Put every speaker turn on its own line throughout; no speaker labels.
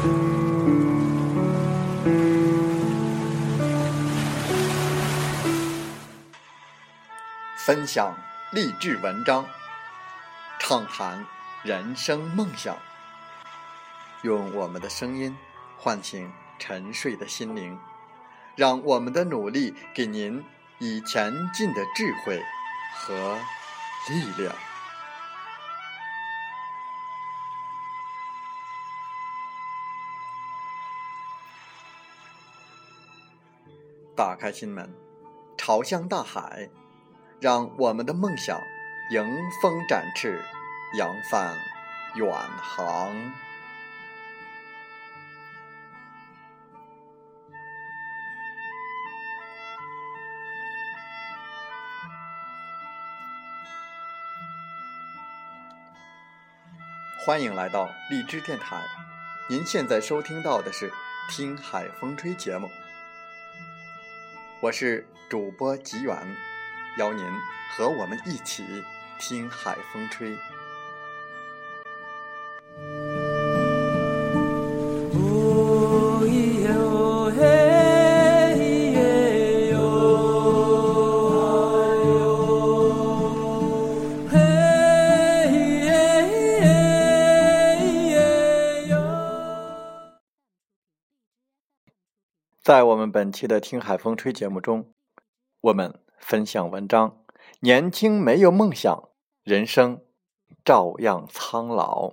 分享励志文章，畅谈人生梦想，用我们的声音唤醒沉睡的心灵，让我们的努力给您以前进的智慧和力量。打开心门，朝向大海，让我们的梦想迎风展翅，扬帆远航。欢迎来到荔枝电台，您现在收听到的是听海风吹节目，我是主播吉远，邀您和我们一起听海风吹。在我们本期的听海风吹节目中，我们分享文章，年轻没有梦想，人生照样苍老。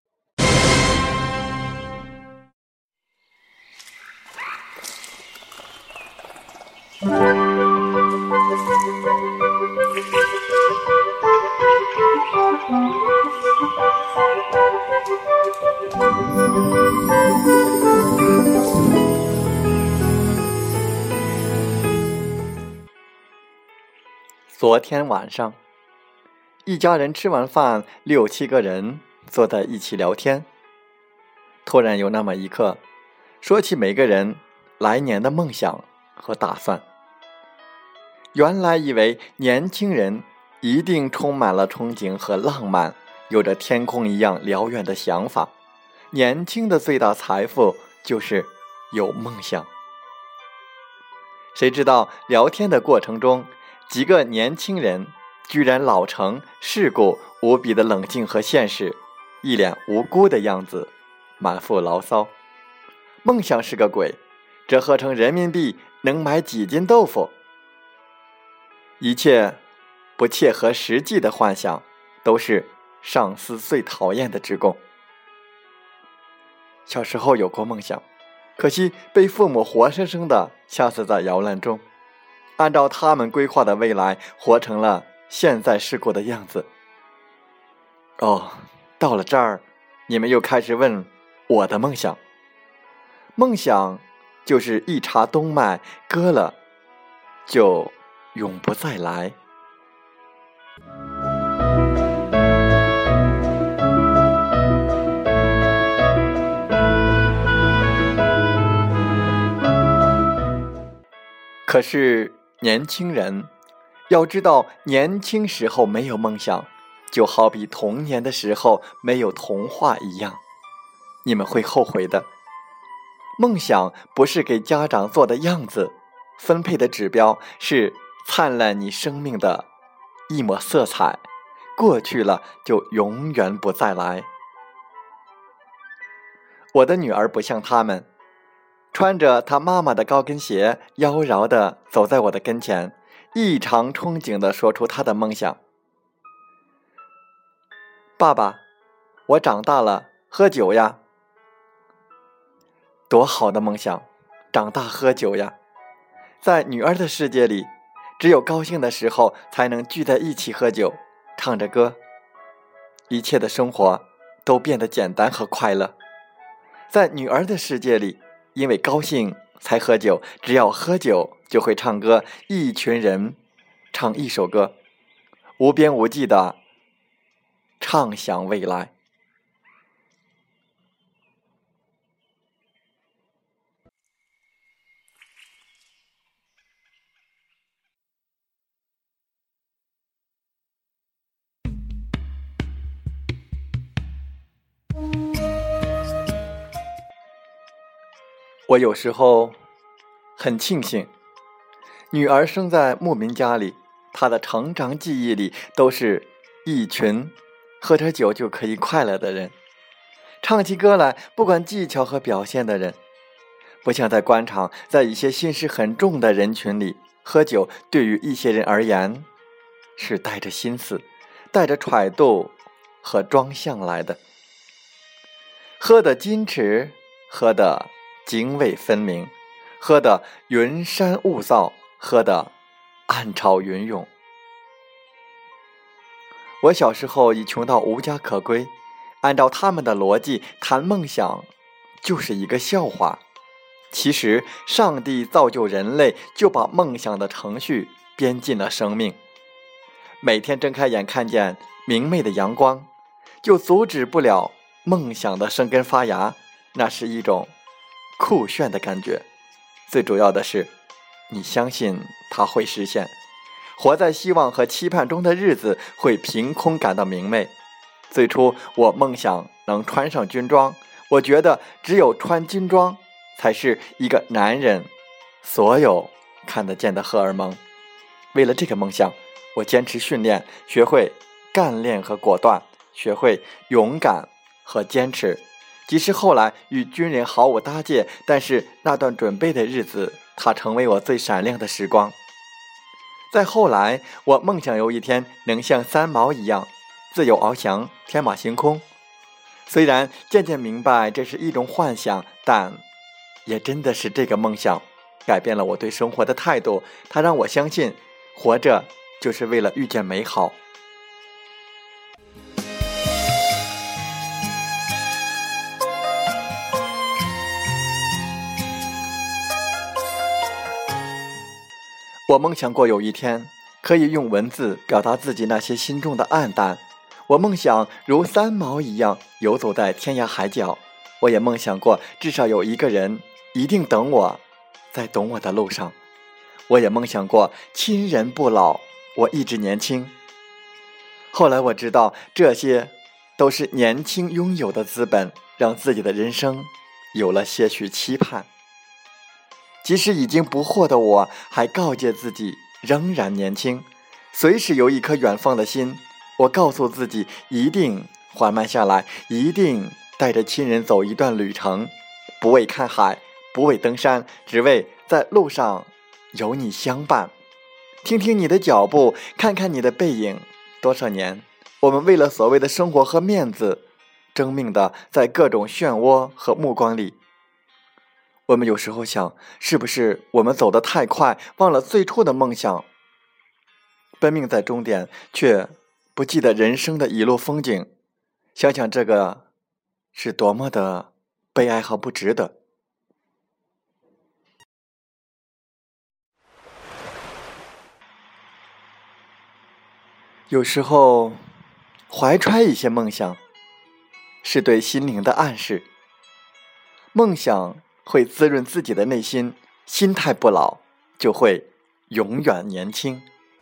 昨天晚上，一家人吃完饭，6、7个人坐在一起聊天。突然有那么一刻，说起每个人来年的梦想和打算。原来以为年轻人一定充满了憧憬和浪漫，有着天空一样辽远的想法。年轻的最大财富就是有梦想。谁知道聊天的过程中，几个年轻人居然老成世故，无比的冷静和现实，一脸无辜的样子，满腹牢骚。梦想是个鬼，这合成人民币能买几斤豆腐？一切不切合实际的幻想，都是上司最讨厌的职工。小时候有过梦想，可惜被父母活生生的掐死在摇篮中，按照他们规划的未来，活成了现在世故的样子。到了这儿，你们又开始问我的梦想。梦想就是一茬冬麦，割了就永不再来。可是年轻人要知道，年轻时候没有梦想，就好比童年的时候没有童话一样，你们会后悔的。梦想不是给家长做的样子，分配的指标是灿烂你生命的一抹色彩，过去了就永远不再来。我的女儿不像他们，穿着她妈妈的高跟鞋，妖娆地走在我的跟前，异常憧憬地说出她的梦想。爸爸，我长大了，喝酒呀。多好的梦想，长大喝酒呀。在女儿的世界里，只有高兴的时候才能聚在一起喝酒，唱着歌，一切的生活都变得简单和快乐。在女儿的世界里，因为高兴才喝酒，只要喝酒就会唱歌，一群人唱一首歌，无边无际的畅想未来。 我有时候很庆幸，女儿生在牧民家里，她的成长记忆里都是一群喝点酒就可以快乐的人，唱起歌来不管技巧和表现的人。不像在官场，在一些心事很重的人群里，喝酒对于一些人而言是带着心思，带着揣度和装相来的，喝得矜持，喝得泾渭分明，喝得云山雾罩，喝得暗潮云涌。我小时候已穷到无家可归，按照他们的逻辑，谈梦想就是一个笑话。其实上帝造就人类，就把梦想的程序编进了生命。每天睁开眼看见明媚的阳光，就阻止不了梦想的生根发芽，那是一种酷炫的感觉。最主要的是，你相信它会实现，活在希望和期盼中的日子会凭空感到明媚。最初我梦想能穿上军装，我觉得只有穿军装才是一个男人所有看得见的荷尔蒙。为了这个梦想，我坚持训练，学会干练和果断，学会勇敢和坚持。即使后来与军人毫无搭界，但是那段准备的日子，它成为我最闪亮的时光。再后来，我梦想有一天能像三毛一样自由翱翔，天马行空。虽然渐渐明白这是一种幻想，但也真的是这个梦想改变了我对生活的态度，它让我相信活着就是为了遇见美好。我梦想过有一天可以用文字表达自己那些心中的暗淡，我梦想如三毛一样游走在天涯海角，我也梦想过至少有一个人一定等我在懂我的路上，我也梦想过亲人不老，我一直年轻。后来我知道这些都是年轻拥有的资本，让自己的人生有了些许期盼。即使已经不惑的我，还告诫自己仍然年轻，随时有一颗远方的心。我告诉自己一定缓慢下来，一定带着亲人走一段旅程，不为看海，不为登山，只为在路上有你相伴，听听你的脚步，看看你的背影。多少年，我们为了所谓的生活和面子，争命的在各种漩涡和目光里。我们有时候想，是不是我们走得太快，忘了最初的梦想，奔命在终点，却不记得人生的一路风景。想想这个是多么的悲哀和不值得。有时候怀揣一些梦想，是对心灵的暗示。梦想会滋润自己的内心，心态不老，就会永远年轻。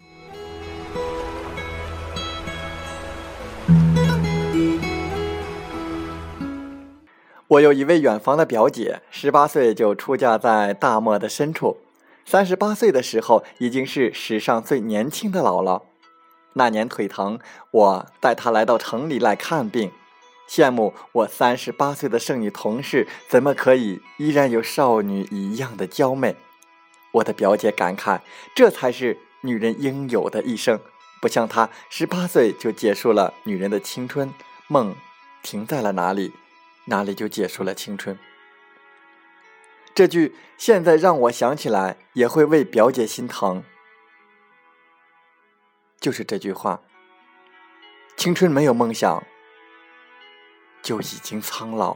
我有一位远房的表姐，18岁就出嫁在大漠的深处，38岁的时候已经是史上最年轻的姥姥。那年腿疼，我带她来到城里来看病，羡慕我38岁的剩女同事怎么可以依然有少女一样的娇媚。我的表姐感慨，这才是女人应有的一生，不像她18岁就结束了女人的青春，梦停在了哪里，哪里就结束了青春。这句现在让我想起来也会为表姐心疼，就是这句话，青春没有梦想就已经苍老。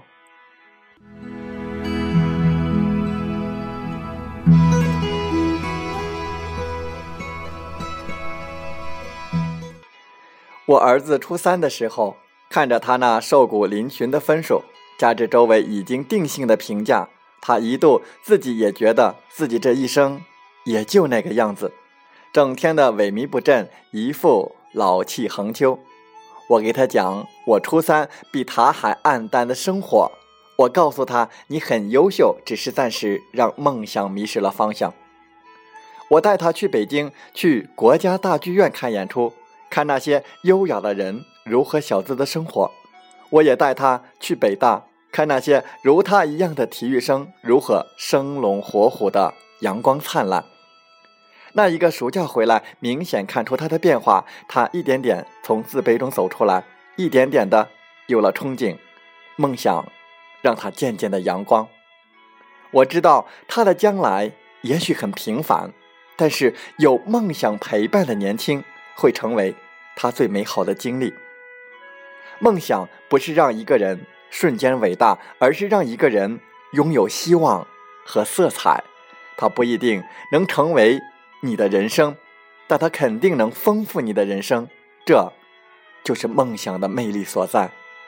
我儿子初3的时候，看着他那瘦骨嶙峋的分数，加之周围已经定性的评价，他一度自己也觉得自己这一生也就那个样子，整天的萎靡不振，一副老气横秋。我给他讲我初3比他还暗淡的生活， 我告诉他，你很优秀，只是暂时让梦想迷失了方向。我带他去北京，去国家大剧院看演出，看那些优雅的人如何小资的生活。我也带他去北大，看那些如他一样的体育生如何生龙活虎的阳光灿烂。那一个暑假回来，明显看出他的变化，他一点点从自卑中走出来，一点点的有了憧憬，梦想让他渐渐的阳光。我知道他的将来也许很平凡，但是有梦想陪伴的年轻会成为他最美好的经历。梦想不是让一个人瞬间伟大，而是让一个人拥有希望和色彩。它不一定能成为你的人生，但它肯定能丰富你的人生，这就是梦想的魅力所在。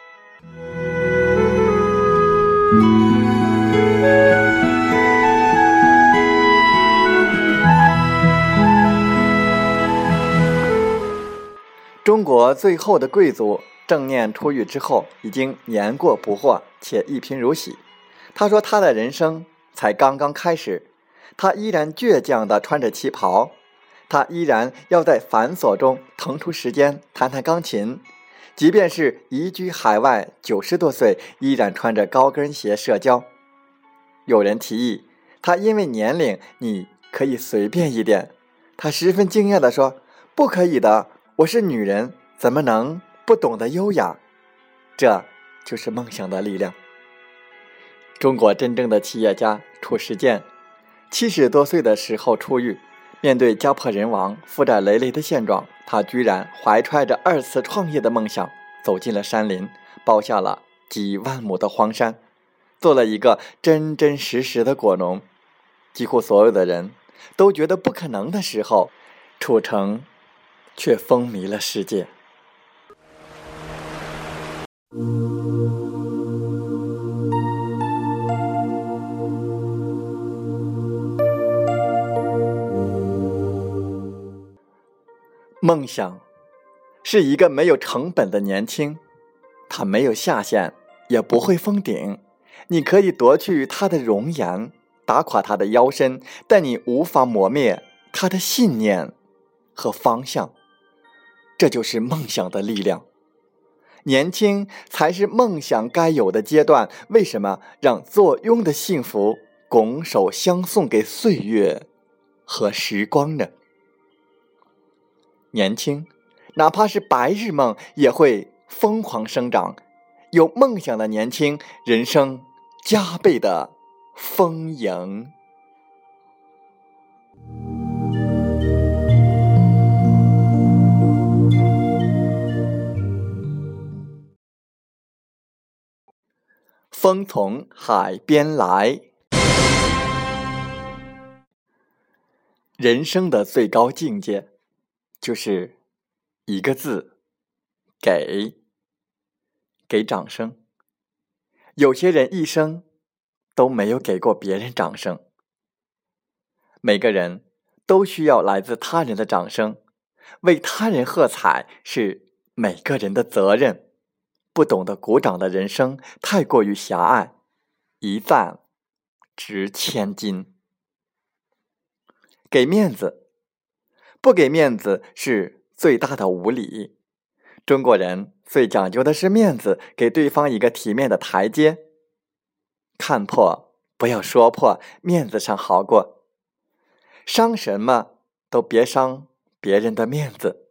中国最后的贵族郑念出狱之后，已经年过不惑，且一贫如洗。他说他的人生才刚刚开始，他依然倔强地穿着旗袍，他依然要在繁琐中腾出时间弹弹钢琴，即便是移居海外90多岁，依然穿着高跟鞋社交。有人提议他因为年龄你可以随便一点，他十分惊讶地说，不可以的，我是女人，怎么能不懂得优雅？这就是梦想的力量。中国真正的企业家褚时健70多岁的时候出狱，面对家破人亡、负债累累的现状，他居然怀揣着2次创业的梦想，走进了山林，包下了几万亩的荒山，做了一个真真实实的果农。几乎所有的人都觉得不可能的时候，褚橙却风靡了世界。梦想是一个没有成本的年轻，它没有下限，也不会封顶。你可以夺去它的容颜，打垮它的腰身，但你无法磨灭它的信念和方向。这就是梦想的力量。年轻才是梦想该有的阶段，为什么让坐拥的幸福拱手相送给岁月和时光呢？年轻哪怕是白日梦也会疯狂生长，有梦想的年轻，人生加倍的丰盈。风从海边来。人生的最高境界就是一个字，给掌声。有些人一生都没有给过别人掌声。每个人都需要来自他人的掌声，为他人喝彩是每个人的责任。不懂得鼓掌的人生太过于狭隘，一赞值千金。给面子，不给面子是最大的无礼。中国人最讲究的是面子，给对方一个体面的台阶。看破不要说破，面子上好过。伤什么都别伤别人的面子。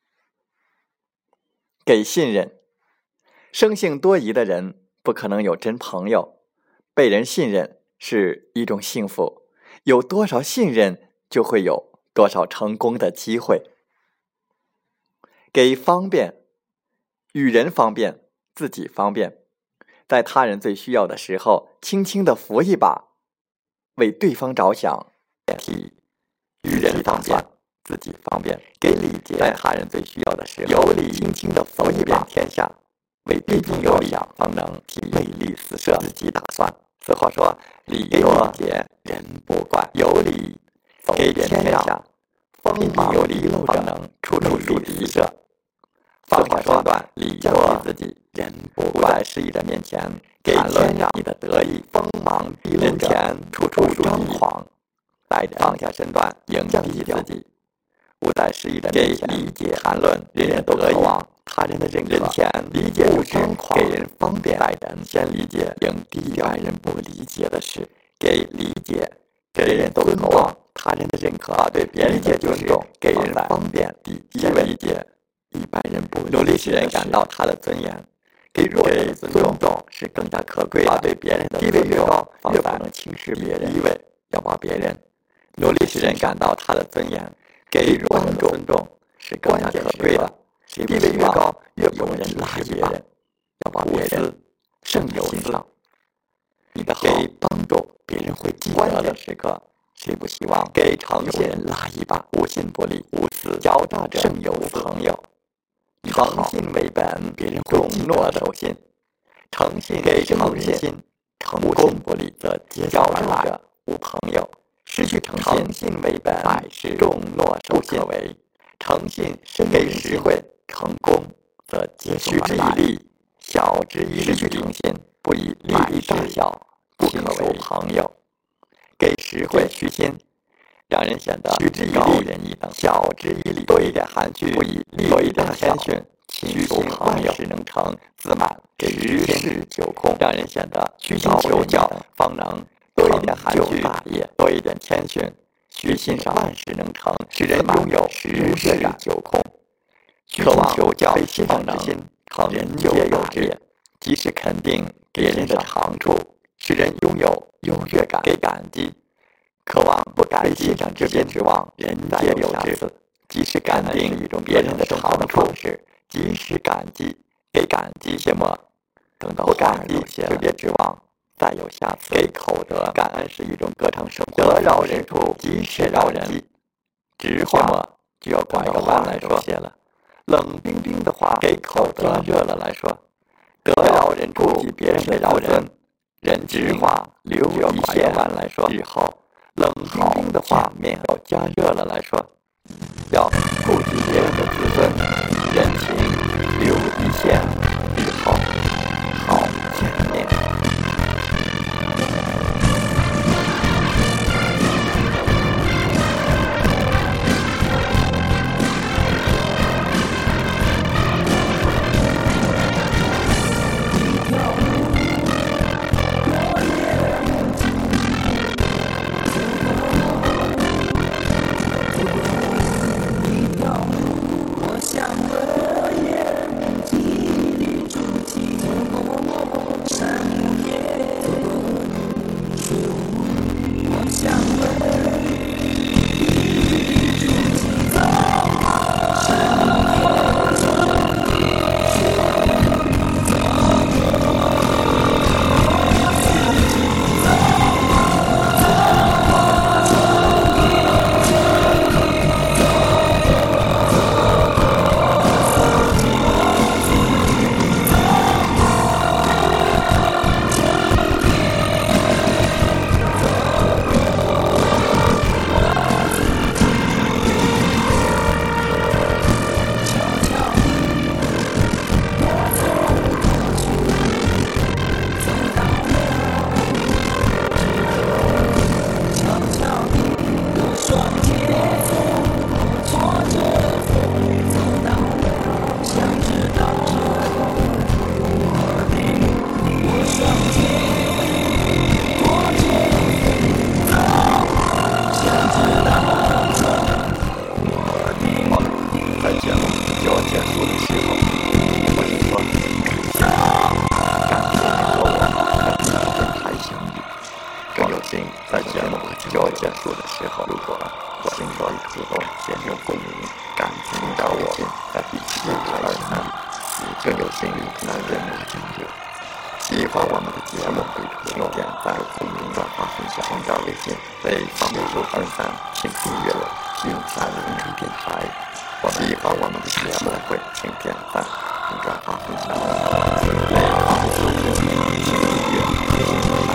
给信任，生性多疑的人不可能有真朋友，被人信任是一种幸福，有多少信任就会有多少成功的机会。给方便，与人方便，自己方便，在他人最需要的时候轻轻地扶一把，为对方着想，与人方便，自己方便。给礼节，在他人最需要的时候有理轻轻地扶一把天下，为对方着想，方能替魅力四射，自己打算。此话说，礼多节人不怪，有理给天下，锋芒有理，方能处处四射。 放下手段，理作自己，人不在失意的面前谈论你的得意，锋芒毕露人前处处张狂，放下身段，迎降低自己，不在失意的面前理解谈论人人都渴望他人的认可，人前理解不张狂，给人方便，待人先理解，应低调，外人不理解的事，给理解，人人都渴望他人的认可，对别人的尊重，给人方便，先理解。一般人不努力使人感到他的尊严，给弱人的尊重是更加可贵的。对别人的地位越高，越不能轻视别人。地位要把别人努力使人感到他的尊严，给弱人的尊重是更加可贵的。地位越高，越不能拉别人，要把别人胜有心上。你的好给帮助别人会记得的时刻。谁不希望给诚信拉一把？无心不利，无私狡诈者胜有朋友。诚信为本，别人会诺守信；诚信给诚信，无心不利则狡诈者无朋友。失去诚信为本，百事众诺守信为。诚信给实惠，成功则取之以利，晓之以失去诚信，不以利益大小，不可为朋友。给实惠虚心，让人显得高人一等；晓之以理，多一点含蓄，不以多一点谦逊。虚心万事能成，自满实事就空，让人显得虚心求教，方能多一点含蓄大业，多一点谦逊。虚心万事能成，使人拥有实事就空。渴望求教，方能成人就大业。及时肯定别人的长处，使人拥有优越感，给感激，渴望不感激上之间指望人皆有瑕疵，及时感定一种别人的长处是及时感激，给感激切莫等到不感激就别指望再有瑕疵，给口德感恩是一种歌唱生活，得饶人处及时饶人，直话就要拐个弯来说，冷冰冰的话给口德热了来说，得饶人处及别人的饶人。人直话留一线弯来说，日后冷冰冰的话面要加热了来说，要顾及别人的自尊，人情留一线，日后好见面。在节目就要结束的时候，如果我心所以触动显有共鸣，感情到我在第7台上更有幸与那节目交流。喜欢我们的节目，请点赞、共鸣、转发、分享，加微信为方便收听3，请订阅用3人称电台。喜欢我们的节目会请点赞、转发、分享，为方便收听，请订阅。